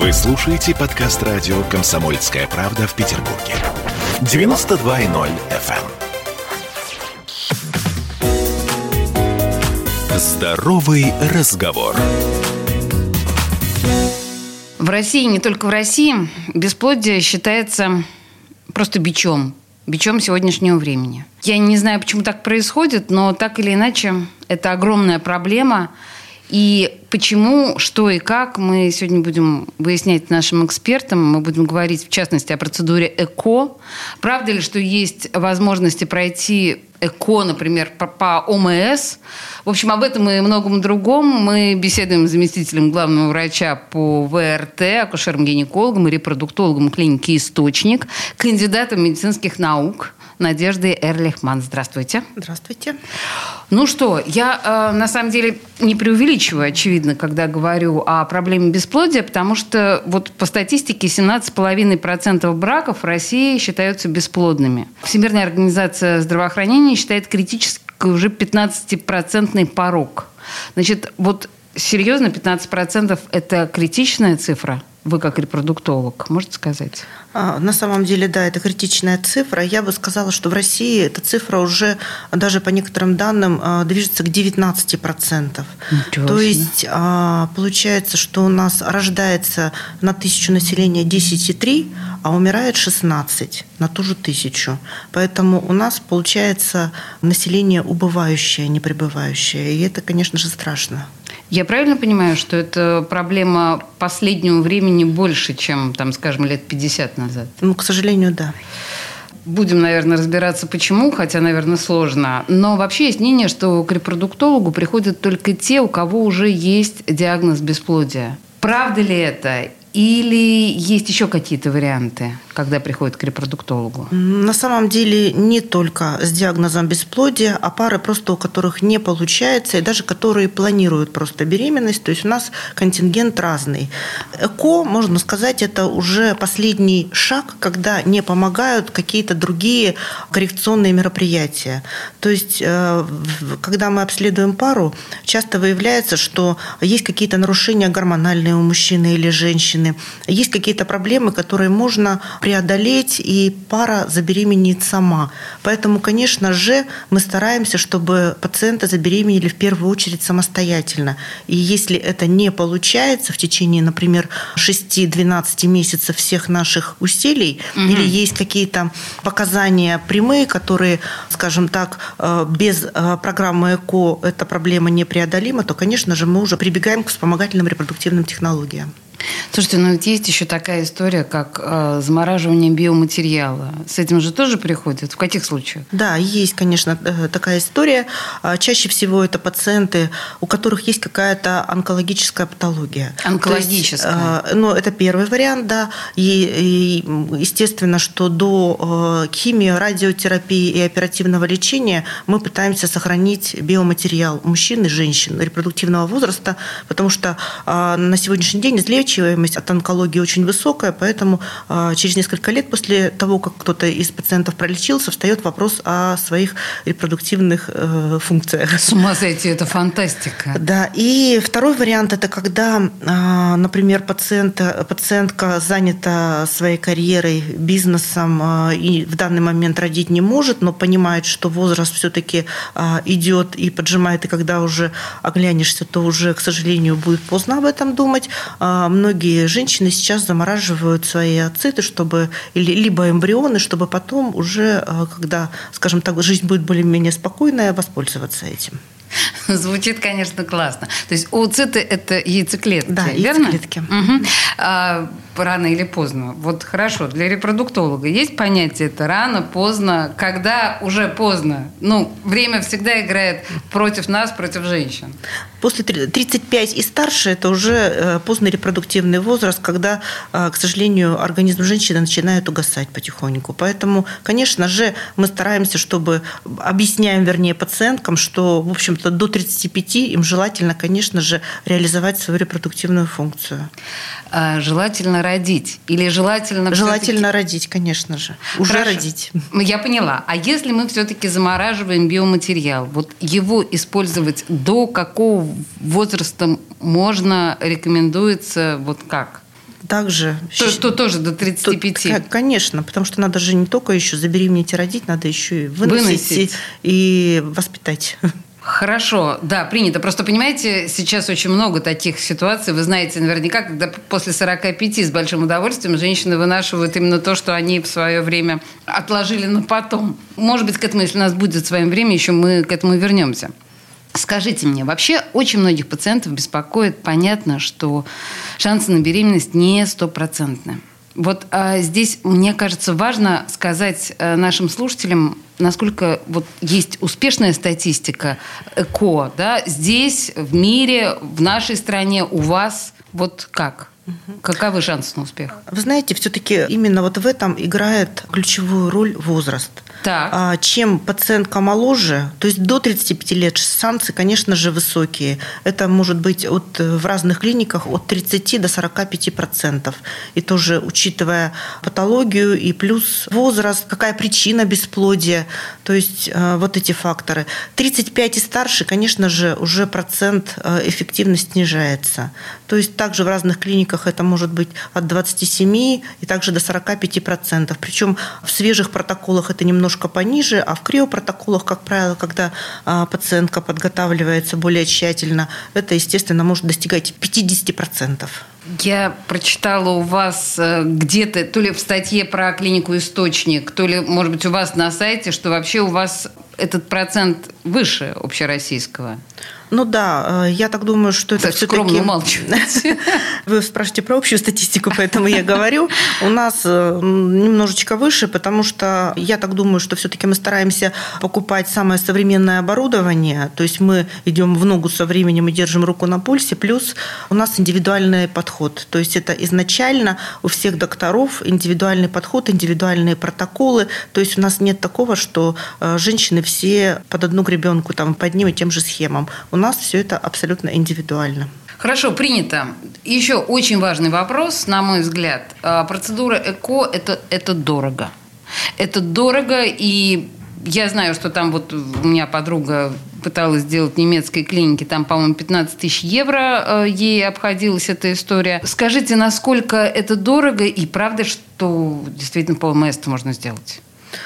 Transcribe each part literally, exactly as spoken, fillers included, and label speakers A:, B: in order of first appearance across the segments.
A: Вы слушаете подкаст радио «Комсомольская правда» в Петербурге. девяносто два и ноль эф эм. Здоровый разговор.
B: В России, не только в России, бесплодие считается просто бичом. Бичом сегодняшнего времени. Я не знаю, почему так происходит, но так или иначе это огромная проблема. И почему, что и как, мы сегодня будем выяснять нашим экспертам. Мы будем говорить, в частности, о процедуре ЭКО. Правда ли, что есть возможности пройти ЭКО, например, по, по ОМС? В общем, об этом и многом другом мы беседуем с заместителем главного врача по ВРТ, акушером-гинекологом и репродуктологом клиники «Источник», кандидатом медицинских наук Надеждой Эрлихман. Здравствуйте.
C: Здравствуйте.
B: Ну что, я э, на самом деле не преувеличиваю, очевидно, когда говорю о проблеме бесплодия, потому что вот по статистике семнадцать целых пять десятых процента браков в России считаются бесплодными. Всемирная организация здравоохранения считает критически уже пятнадцатипроцентный порог. Значит, вот серьезно, пятнадцать процентов – это критичная цифра? Вы как репродуктолог, можете сказать?
C: На самом деле, да, это критичная цифра. Я бы сказала, что в России эта цифра уже, даже по некоторым данным, движется к девятнадцати процентам. То есть, получается, что у нас рождается на тысячу населения десять целых три десятых, а умирает шестнадцать на ту же тысячу. Поэтому у нас получается население убывающее, не прибывающее. И это, конечно же, страшно.
B: Я правильно понимаю, что это проблема последнего времени больше, чем, там, скажем, лет пятьдесят назад?
C: Ну, к сожалению, да.
B: Будем, наверное, разбираться, почему, хотя, наверное, сложно. Но вообще есть мнение, что к репродуктологу приходят только те, у кого уже есть диагноз бесплодия. Правда ли это? Или есть еще какие-то варианты, когда приходят к репродуктологу?
C: На самом деле не только с диагнозом бесплодия, а пары просто у которых не получается, и даже которые планируют просто беременность. То есть у нас контингент разный. ЭКО, можно сказать, это уже последний шаг, когда не помогают какие-то другие коррекционные мероприятия. То есть когда мы обследуем пару, часто выявляется, что есть какие-то нарушения гормональные у мужчины или женщины, есть какие-то проблемы, которые можно преодолеть, и пара забеременеет сама. Поэтому, конечно же, мы стараемся, чтобы пациенты забеременели в первую очередь самостоятельно. И если это не получается в течение, например, шести-двенадцати месяцев всех наших усилий, угу. или есть какие-то показания прямые, которые, скажем так, без программы ЭКО эта проблема непреодолима, то, конечно же, мы уже прибегаем к вспомогательным репродуктивным технологиям.
B: Слушайте, но ведь есть еще такая история, как э, замораживание биоматериала. С этим же тоже приходят? В каких случаях?
C: Да, есть, конечно, такая история. Чаще всего это пациенты, у которых есть какая-то онкологическая патология.
B: Онкологическая?
C: Есть, ну, это первый вариант, да. И, и естественно, что до химии, радиотерапии и оперативного лечения мы пытаемся сохранить биоматериал мужчин и женщин репродуктивного возраста, потому что на сегодняшний день излечиваемость от онкологии очень высокая, поэтому а, через несколько лет после того, как кто-то из пациентов пролечился, встает вопрос о своих репродуктивных э, функциях.
B: С ума сойти, это фантастика.
C: Да, и второй вариант – это когда, а, например, пациента, пациентка занята своей карьерой, бизнесом а, и в данный момент родить не может, но понимает, что возраст все-таки а, идет и поджимает, и когда уже оглянешься, то уже, к сожалению, будет поздно об этом думать. А, Многие женщины сейчас замораживают свои ооциты, чтобы, или, либо эмбрионы, чтобы потом уже, когда, скажем так, жизнь будет более-менее спокойная, воспользоваться этим.
B: Звучит, конечно, классно. То есть oocyты – это яйцеклетки,
C: да,
B: верно?
C: яйцеклетки.
B: Угу. А, рано или поздно. Вот хорошо, для репродуктолога есть понятие это рано, поздно, когда уже поздно? Ну, время всегда играет против нас, против женщин.
C: После тридцати пяти и старше – это уже поздний репродуктивный возраст, когда, к сожалению, организм женщины начинает угасать потихоньку. Поэтому, конечно же, мы стараемся, чтобы, объясняем, вернее, пациенткам, что, в общем-то, до тридцати пяти им желательно, конечно же, реализовать свою репродуктивную функцию.
B: А желательно родить? Или желательно...
C: Желательно все-таки... родить, конечно же. Уже Хорошо. родить.
B: Я поняла. А если мы все-таки замораживаем биоматериал, вот его использовать до какого возраста можно, рекомендуется, вот как?
C: также...
B: То, что тоже до тридцати пяти.
C: Тут, конечно, потому что надо же не только еще забеременеть и родить, надо еще и выносить,
B: выносить.
C: И, и воспитать.
B: Хорошо, да, принято. Просто, понимаете, сейчас очень много таких ситуаций. Вы знаете наверняка, когда после сорока пяти с большим удовольствием женщины вынашивают именно то, что они в свое время отложили на потом. Может быть, к этому, если у нас будет в свое время, еще мы к этому вернемся. Скажите мне, вообще очень многих пациентов беспокоит, понятно, что шансы на беременность не стопроцентны. Вот а здесь, мне кажется, важно сказать нашим слушателям, насколько вот есть успешная статистика ЭКО, да, здесь, в мире, в нашей стране, у вас, вот как? Каковы шансы на успех?
C: Вы знаете, все-таки именно вот в этом играет ключевую роль возраст.
B: Так.
C: Чем пациентка моложе, то есть до тридцати пяти лет шансы, конечно же, высокие. Это может быть от, в разных клиниках от тридцати до сорока пяти процентов. И тоже учитывая патологию и плюс возраст, какая причина бесплодия, то есть вот эти факторы. тридцать пять и старше, конечно же, уже процент эффективности снижается. То есть также в разных клиниках это может быть от двадцати семи и также до сорока пяти процентов. Причем в свежих протоколах это немножко пониже, а в криопротоколах, как правило, когда пациентка подготавливается более тщательно, это, естественно, может достигать пятидесяти процентов.
B: Я прочитала у вас где-то, то ли в статье про клинику «Источник», то ли, может быть, у вас на сайте, что вообще у вас этот процент выше общероссийского.
C: Ну да, я так думаю, что это
B: так
C: все-таки...
B: скромно умалчиваете.
C: Вы спрашиваете про общую статистику, поэтому я говорю. У нас немножечко выше, потому что я так думаю, что все-таки мы стараемся покупать самое современное оборудование, то есть мы идем в ногу со временем и держим руку на пульсе, плюс у нас индивидуальный подход. То есть это изначально у всех докторов индивидуальный подход, индивидуальные протоколы. То есть у нас нет такого, что женщины все под одну гребенку там, по одним и тем же схемам. У нас все это абсолютно индивидуально.
B: Хорошо, принято. Еще очень важный вопрос, на мой взгляд. Процедура ЭКО это, – это дорого. Это дорого, и я знаю, что там вот у меня подруга пыталась сделать в немецкой клинике, там, по-моему, пятнадцать тысяч евро ей обходилась эта история. Скажите, насколько это дорого, и правда, что действительно по ОМС можно сделать?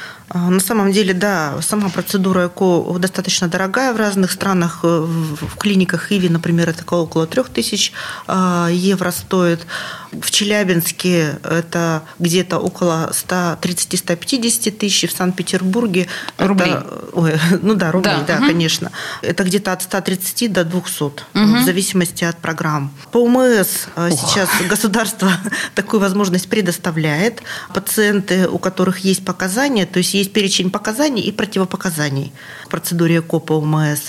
C: На самом деле, да, сама процедура ЭКО достаточно дорогая в разных странах. В клиниках ИВИ, например, это около трех тысяч евро стоит. В Челябинске это где-то около сто тридцать - сто пятьдесят тысяч. В Санкт-Петербурге...
B: Рублей.
C: Это, ой, ну да, рублей, да, да
B: угу.
C: конечно. Это где-то от ста тридцати до двухсот, угу. в зависимости от программ. По ОМС Ох. сейчас государство такую возможность предоставляет. Пациенты, у которых есть показания, то есть есть перечень показаний и противопоказаний в процедуре ЭКО по ОМС.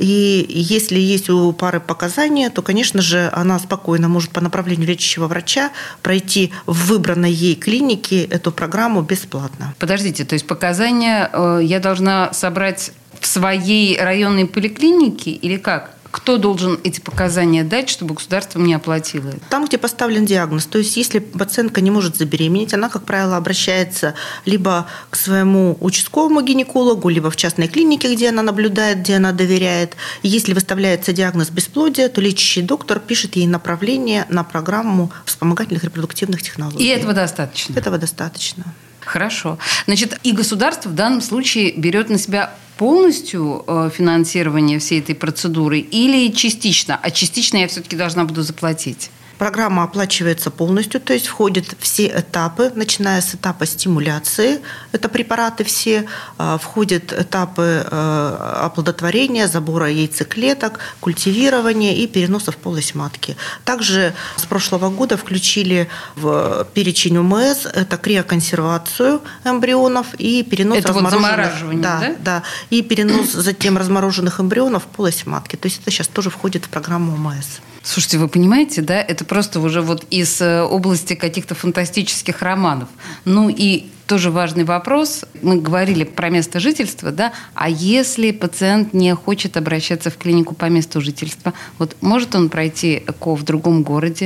C: И если есть у пары показания, то, конечно же, она спокойно может по направлению лечащего врача пройти в выбранной ей клинике эту программу бесплатно.
B: Подождите, то есть показания э, я должна собрать в своей районной поликлинике или как? Кто должен эти показания дать, чтобы государство мне оплатило?
C: Там, где поставлен диагноз. То есть, если пациентка не может забеременеть, она, как правило, обращается либо к своему участковому гинекологу, либо в частной клинике, где она наблюдает, где она доверяет. Если выставляется диагноз бесплодия, то лечащий доктор пишет ей направление на программу вспомогательных репродуктивных технологий.
B: И этого достаточно?
C: Этого достаточно.
B: Хорошо. Значит, и государство в данном случае берет на себя полностью финансирование всей этой процедуры или частично? А частично я все-таки должна буду заплатить?
C: Программа оплачивается полностью, то есть входят все этапы, начиная с этапа стимуляции, это препараты все, входят этапы оплодотворения, забора яйцеклеток, культивирования и переноса в полость матки. Также с прошлого года включили в перечень ОМС это криоконсервацию эмбрионов и перенос
B: это
C: размороженных,
B: вот замораживание, да,
C: да? Да, и перенос затем размороженных эмбрионов в полость матки. То есть это сейчас тоже входит в программу ОМС.
B: Слушайте, вы понимаете, да, это просто уже вот из области каких-то фантастических романов. Ну и тоже важный вопрос. Мы говорили про место жительства, да, а если пациент не хочет обращаться в клинику по месту жительства, вот может он пройти ЭКО в другом городе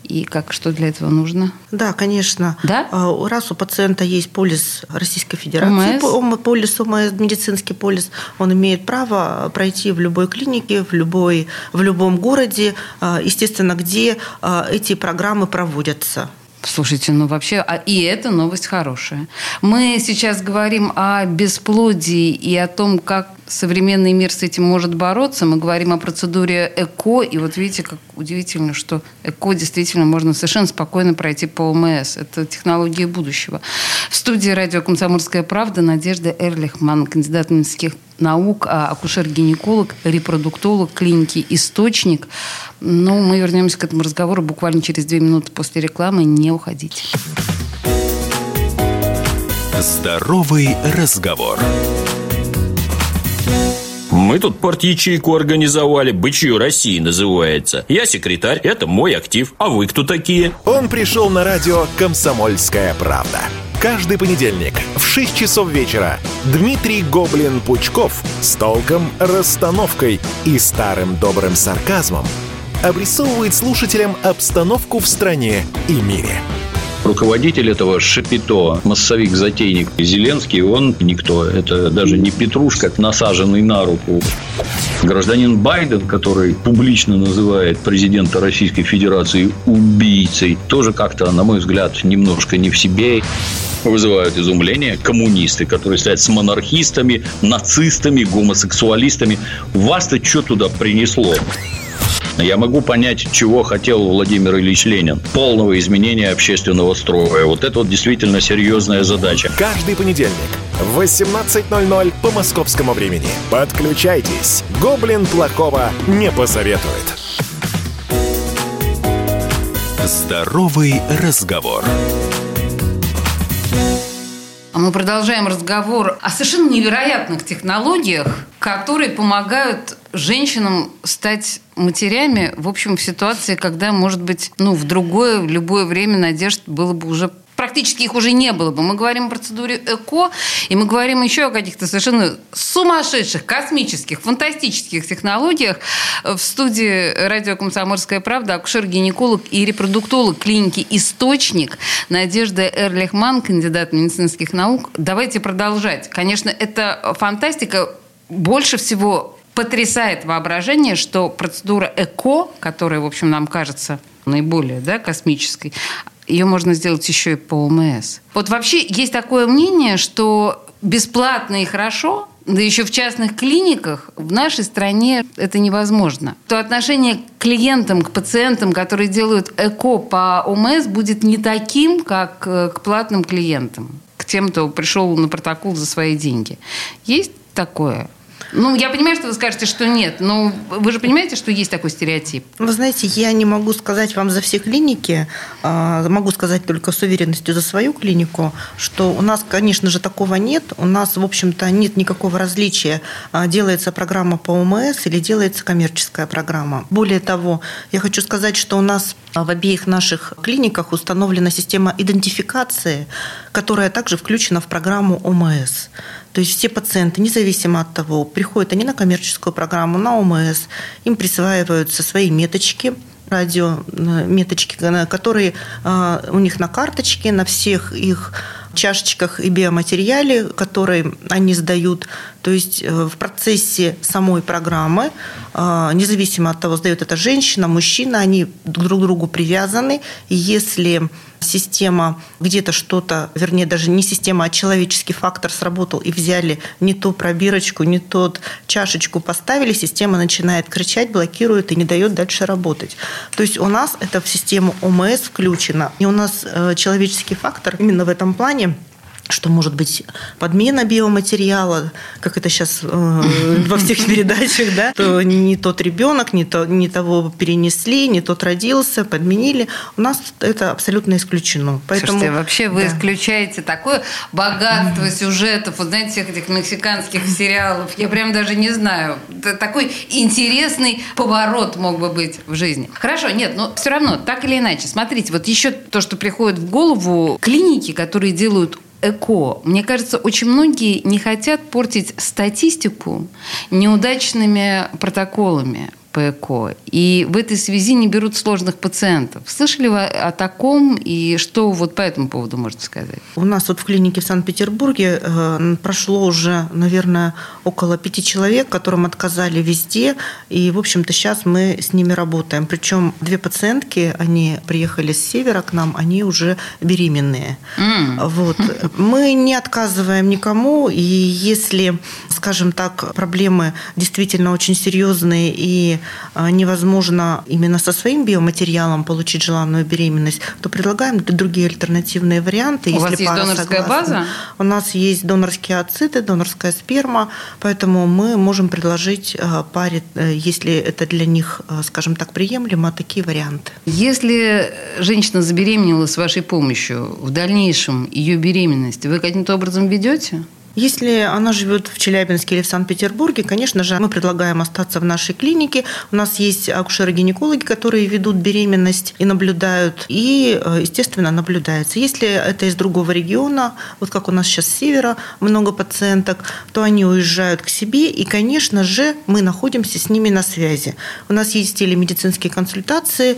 B: И как, что для этого нужно?
C: Да, конечно.
B: Да?
C: Раз у пациента есть полис Российской Федерации, ОМС. полис ОМС, медицинский полис, он имеет право пройти в любой клинике, в, любой, в любом городе, естественно, где эти программы проводятся.
B: Слушайте, ну вообще, а, и это новость хорошая. Мы сейчас говорим о бесплодии и о том, как современный мир с этим может бороться. Мы говорим о процедуре ЭКО, и вот видите, как удивительно, что ЭКО действительно можно совершенно спокойно пройти по ОМС. Это технологии будущего. В студии радио «Комсомольская правда» Надежда Эрлихман, кандидат медицинских наук, акушер-гинеколог, репродуктолог клиники «Источник». Ну, мы вернемся к этому разговору буквально через две минуты после рекламы. Не уходите.
A: Здоровый разговор.
D: Мы тут порт-ячейку организовали, «Бычье России» называется. Я секретарь, это мой актив. А вы кто такие?
A: Он пришел на радио «Комсомольская правда». Каждый понедельник в шесть часов вечера Дмитрий Гоблин-Пучков с толком, расстановкой и старым добрым сарказмом обрисовывает слушателям обстановку в стране и мире.
D: Руководитель этого шапито, массовик-затейник Зеленский, он никто. Это даже не петрушка, насаженный на руку. Гражданин Байден, который публично называет президента Российской Федерации убийцей, тоже как-то, на мой взгляд, немножко не в себе. Вызывают изумление коммунисты, которые стоят с монархистами, нацистами, гомосексуалистами. Вас-то что туда принесло? Я могу понять, чего хотел Владимир Ильич Ленин. Полного изменения общественного строя. Вот это вот действительно серьезная задача.
A: Каждый понедельник в восемнадцать ноль ноль по московскому времени. Подключайтесь. Гоблин плохого не посоветует. Здоровый разговор.
B: Мы продолжаем разговор о совершенно невероятных технологиях, которые помогают женщинам стать матерями, в общем, в ситуации, когда, может быть, ну, в другое, в любое время надежд было бы уже... Практически их уже не было бы. Мы говорим о процедуре ЭКО, и мы говорим еще о каких-то совершенно сумасшедших, космических, фантастических технологиях. В студии радио «Комсомольская правда» акушер-гинеколог и репродуктолог клиники «Источник» Надежда Эрлихман, кандидат медицинских наук. Давайте продолжать. Конечно, это фантастика. Больше всего потрясает воображение, что процедура ЭКО, которая, в общем, нам кажется наиболее, да, космической, ее можно сделать еще и по ОМС. Вот вообще есть такое мнение, что бесплатно и хорошо, да еще в частных клиниках, в нашей стране это невозможно. То отношение к клиентам, к пациентам, которые делают ЭКО по ОМС, будет не таким, как к платным клиентам, к тем, кто пришел на протокол за свои деньги. Есть такое? Ну, я понимаю, что вы скажете, что нет, но вы же понимаете, что есть такой стереотип?
C: Вы знаете, я не могу сказать вам за все клиники, могу сказать только с уверенностью за свою клинику, что у нас, конечно же, такого нет. У нас, в общем-то, нет никакого различия, делается программа по ОМС или делается коммерческая программа. Более того, я хочу сказать, что у нас в обеих наших клиниках установлена система идентификации, которая также включена в программу ОМС. То есть все пациенты, независимо от того, приходят они на коммерческую программу, на ОМС, им присваиваются свои меточки, радиометочки, которые у них на карточке, на всех их чашечках и биоматериале, которые они сдают. То есть в процессе самой программы, независимо от того, сдает это женщина, мужчина, они друг к другу привязаны. И если система где-то что-то, вернее, даже не система, а человеческий фактор сработал, и взяли не ту пробирочку, не ту чашечку поставили, система начинает кричать, блокирует и не дает дальше работать. То есть у нас это в систему ОМС включено. И у нас человеческий фактор именно в этом плане, что может быть подмена биоматериала, как это сейчас э, во всех передачах, да, то не тот ребенок, не, то, не того перенесли, не тот родился, подменили. У нас это абсолютно исключено. Поэтому,
B: слушайте, вообще вы
C: да.
B: исключаете такое богатство mm-hmm. сюжетов, вот знаете, всех этих мексиканских сериалов. Я прям даже не знаю. Такой интересный поворот мог бы быть в жизни. Хорошо, нет, но все равно, так или иначе. Смотрите, вот еще то, что приходит в голову, клиники, которые делают ЭКО. Мне кажется, очень многие не хотят портить статистику неудачными протоколами. по ЭКО. И в этой связи не берут сложных пациентов. Слышали вы о таком? И что вот по этому поводу можете сказать?
C: У нас вот в клинике в Санкт-Петербурге э, прошло уже, наверное, около пяти человек, которым отказали везде. И, в общем-то, сейчас мы с ними работаем. Причем две пациентки, они приехали с севера к нам, они уже беременные. Mm. Вот. Мы не отказываем никому. И если, скажем так, проблемы действительно очень серьезные и невозможно именно со своим биоматериалом получить желанную беременность, то предлагаем другие альтернативные варианты.
B: У
C: если
B: вас есть донорская
C: согласна.
B: база?
C: У нас есть донорские oocyты, донорская сперма, поэтому мы можем предложить паре, если это для них, скажем так, приемлемо, такие варианты.
B: Если женщина забеременела с вашей помощью, в дальнейшем ее беременность вы каким-то образом ведете?
C: Если она живет в Челябинске или в Санкт-Петербурге, конечно же, мы предлагаем остаться в нашей клинике. У нас есть акушеры-гинекологи, которые ведут беременность и наблюдают, и, естественно, наблюдается. Если это из другого региона, вот как у нас сейчас с севера много пациенток, то они уезжают к себе, и, конечно же, мы находимся с ними на связи. У нас есть телемедицинские консультации,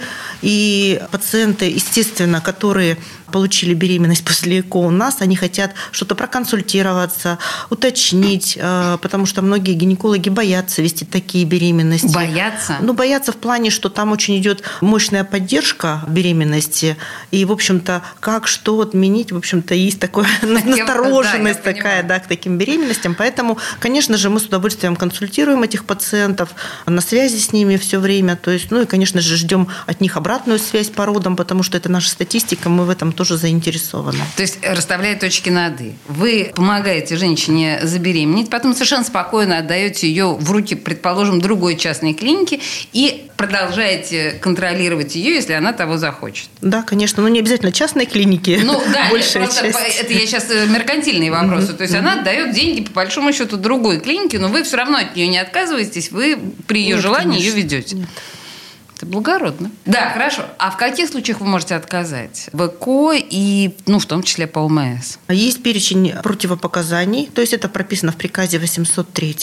C: и пациенты, естественно, которые получили беременность после ЭКО у нас, они хотят что-то проконсультироваться, уточнить, потому что многие гинекологи боятся вести такие беременности.
B: Боятся?
C: Ну, боятся в плане, что там очень идет мощная поддержка беременности, и, в общем-то, как, что отменить, в общем-то, есть такая настороженность да, такая, да, к таким беременностям. Поэтому, конечно же, мы с удовольствием консультируем этих пациентов, на связи с ними все время, то есть, ну и, конечно же, ждем от них обратную связь по родам, потому что это наша статистика, мы в этом тоже тоже заинтересованы.
B: То есть, расставляя точки над «и». Вы помогаете женщине забеременеть, потом совершенно спокойно отдаете ее в руки, предположим, другой частной клиники и продолжаете контролировать ее, если она того захочет.
C: Да, конечно, но не обязательно частной клиники.
B: Ну да,
C: большая
B: просто
C: часть.
B: Это я сейчас меркантильные вопросы. Mm-hmm. То есть, mm-hmm. она отдает деньги, по большому счету, другой клинике, но вы все равно от нее не отказываетесь, вы при ее Нет, желании конечно. Ее ведете. Нет. Это благородно. Да, хорошо. А в каких случаях вы можете отказать? В ЭКО и, ну, в том числе по ОМС?
C: Есть перечень противопоказаний, то есть это прописано в приказе восемьсот три.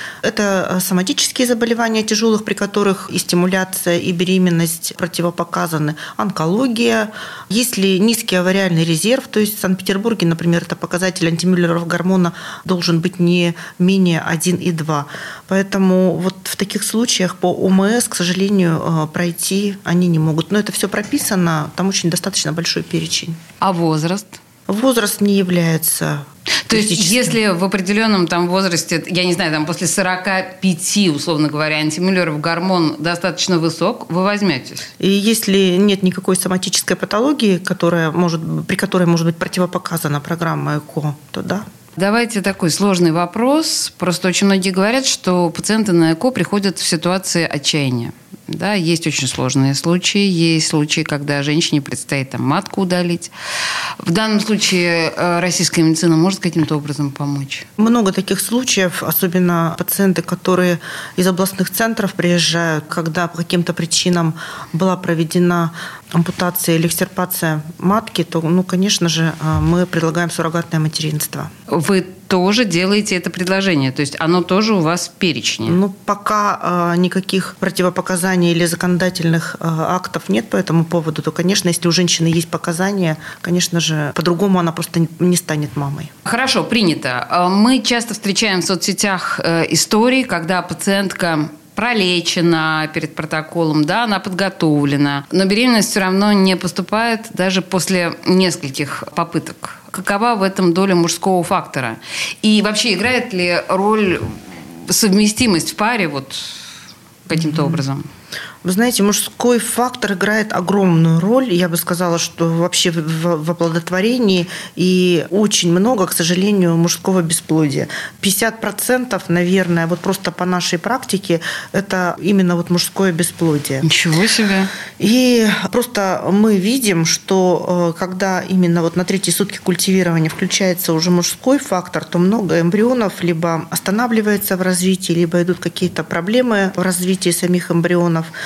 C: Это соматические заболевания тяжелых, при которых и стимуляция, и беременность противопоказаны. Онкология. Если низкий авариальный резерв, то есть в Санкт-Петербурге, например, это показатель антимюллеров гормона должен быть не менее один и два. Поэтому вот в таких случаях по ОМС, к сожалению, пройти они не могут. Но это все прописано, там очень достаточно большой перечень.
B: А возраст?
C: Возраст не является...
B: То есть, если в определенном там возрасте, я не знаю, там после сорока пяти, условно говоря, антимюллеров гормон достаточно высок, вы возьметесь?
C: И если нет никакой соматической патологии, которая может, при которой может быть противопоказана программа ЭКО, то да.
B: Давайте такой сложный вопрос. Просто очень многие говорят, что пациенты на ЭКО приходят в ситуации отчаяния. Да, есть очень сложные случаи. Есть случаи, когда женщине предстоит там, матку удалить. В данном случае российская медицина может каким-то образом помочь?
C: Много таких случаев, особенно пациенты, которые из областных центров приезжают, когда по каким-то причинам была проведена ампутация или экстирпация матки, то, ну, конечно же, мы предлагаем суррогатное материнство.
B: Вы тоже делаете это предложение? То есть оно тоже у вас в перечне?
C: Ну, пока э, никаких противопоказаний или законодательных э, актов нет по этому поводу, то, конечно, если у женщины есть показания, конечно же, по-другому она просто не станет мамой.
B: Хорошо, принято. Мы часто встречаем в соцсетях э, истории, когда пациентка пролечена перед протоколом, да, она подготовлена, но беременность все равно не поступает даже после нескольких попыток. Какова в этом доля мужского фактора? И вообще играет ли роль совместимость в паре вот каким-то mm-hmm. образом?
C: Вы знаете, мужской фактор играет огромную роль. Я бы сказала, что вообще в оплодотворении и очень много, к сожалению, мужского бесплодия. пятьдесят процентов, наверное, вот просто по нашей практике, это именно вот мужское бесплодие.
B: Ничего себе!
C: И просто мы видим, что когда именно вот на третьи сутки культивирования включается уже мужской фактор, то много эмбрионов либо останавливается в развитии, либо идут какие-то проблемы в развитии самих эмбрионов.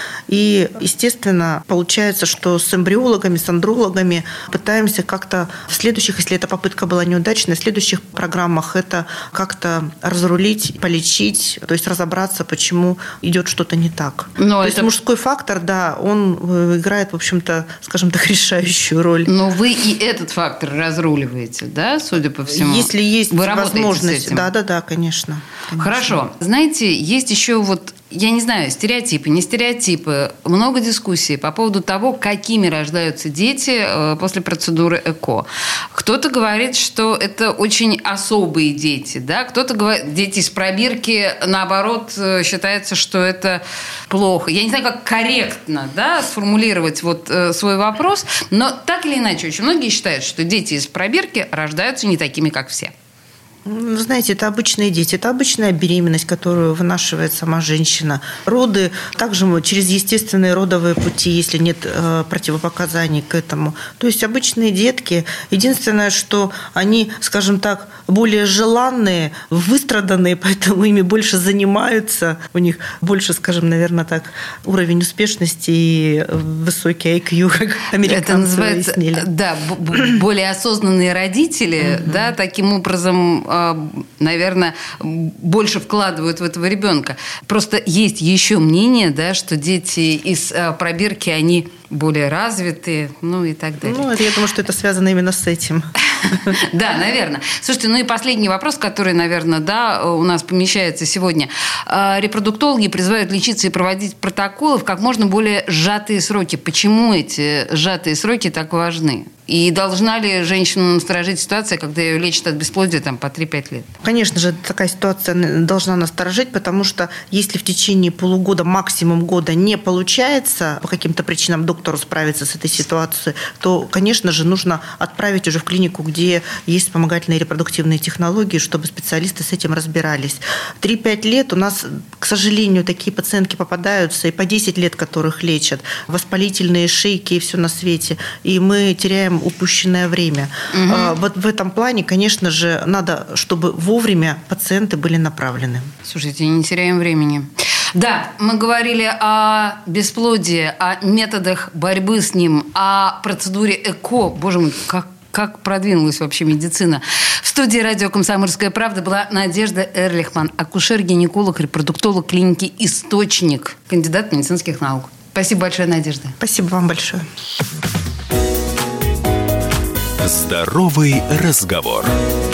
C: И, естественно, получается, что с эмбриологами, с андрологами пытаемся как-то в следующих, если эта попытка была неудачной, в следующих программах это как-то разрулить, полечить, то есть разобраться, почему идет что-то не так.
B: Но
C: то
B: это...
C: есть мужской фактор, да, он играет, в общем-то, скажем так, решающую роль.
B: Но вы и этот фактор разруливаете, да, судя по всему?
C: Если есть
B: вы
C: возможность. Да, да, да, конечно, конечно.
B: Хорошо. Знаете, есть еще вот, я не знаю, стереотипы, не стереотипы, много дискуссий по поводу того, какими рождаются дети после процедуры ЭКО. Кто-то говорит, что это очень особые дети, да, кто-то говорит, дети из пробирки, наоборот, считается, что это плохо. Я не знаю, как корректно, да, сформулировать вот свой вопрос, но так или иначе, очень многие считают, что дети из пробирки рождаются не такими, как все.
C: Вы знаете, это обычные дети, это обычная беременность, которую вынашивает сама женщина. Роды также через естественные родовые пути, если нет э, противопоказаний к этому. То есть обычные детки. Единственное, что они, скажем так, более желанные, выстраданные, поэтому ими больше занимаются. У них больше, скажем, наверное, так, уровень успешности и высокий ай кью, как американцы
B: это называется,
C: выяснили.
B: Да, более осознанные родители, mm-hmm. да, таким образом, наверное, больше вкладывают в этого ребенка. Просто есть еще мнение, да, что дети из пробирки, они более развитые, ну и так далее.
C: Ну, я думаю, что это связано именно с этим.
B: Да, наверное. Слушайте, ну и последний вопрос, который, наверное, да, у нас помещается сегодня. Репродуктологи призывают лечиться и проводить протоколы в как можно более сжатые сроки. Почему эти сжатые сроки так важны? И должна ли женщину насторожить ситуация, когда ее лечат от бесплодия там, по три-пять лет?
C: Конечно же, такая ситуация должна насторожить, потому что если в течение полугода, максимум года не получается по каким-то причинам доктору справиться с этой ситуацией, то, конечно же, нужно отправить уже в клинику, где есть вспомогательные репродуктивные технологии, чтобы специалисты с этим разбирались. три-пять лет у нас, к сожалению, такие пациентки попадаются, и по десять лет которых лечат, воспалительные шейки и все на свете, и мы теряем упущенное время. Угу. Вот в этом плане, конечно же, надо, чтобы вовремя пациенты были направлены.
B: Слушайте, не теряем времени. Да, мы говорили о бесплодии, о методах борьбы с ним, о процедуре ЭКО. Боже мой, как Как продвинулась вообще медицина. В студии радио «Комсомольская правда» была Надежда Эрлихман, акушер-гинеколог, репродуктолог клиники «Источник», кандидат медицинских наук. Спасибо большое, Надежда.
C: Спасибо вам большое.
A: Здоровый разговор.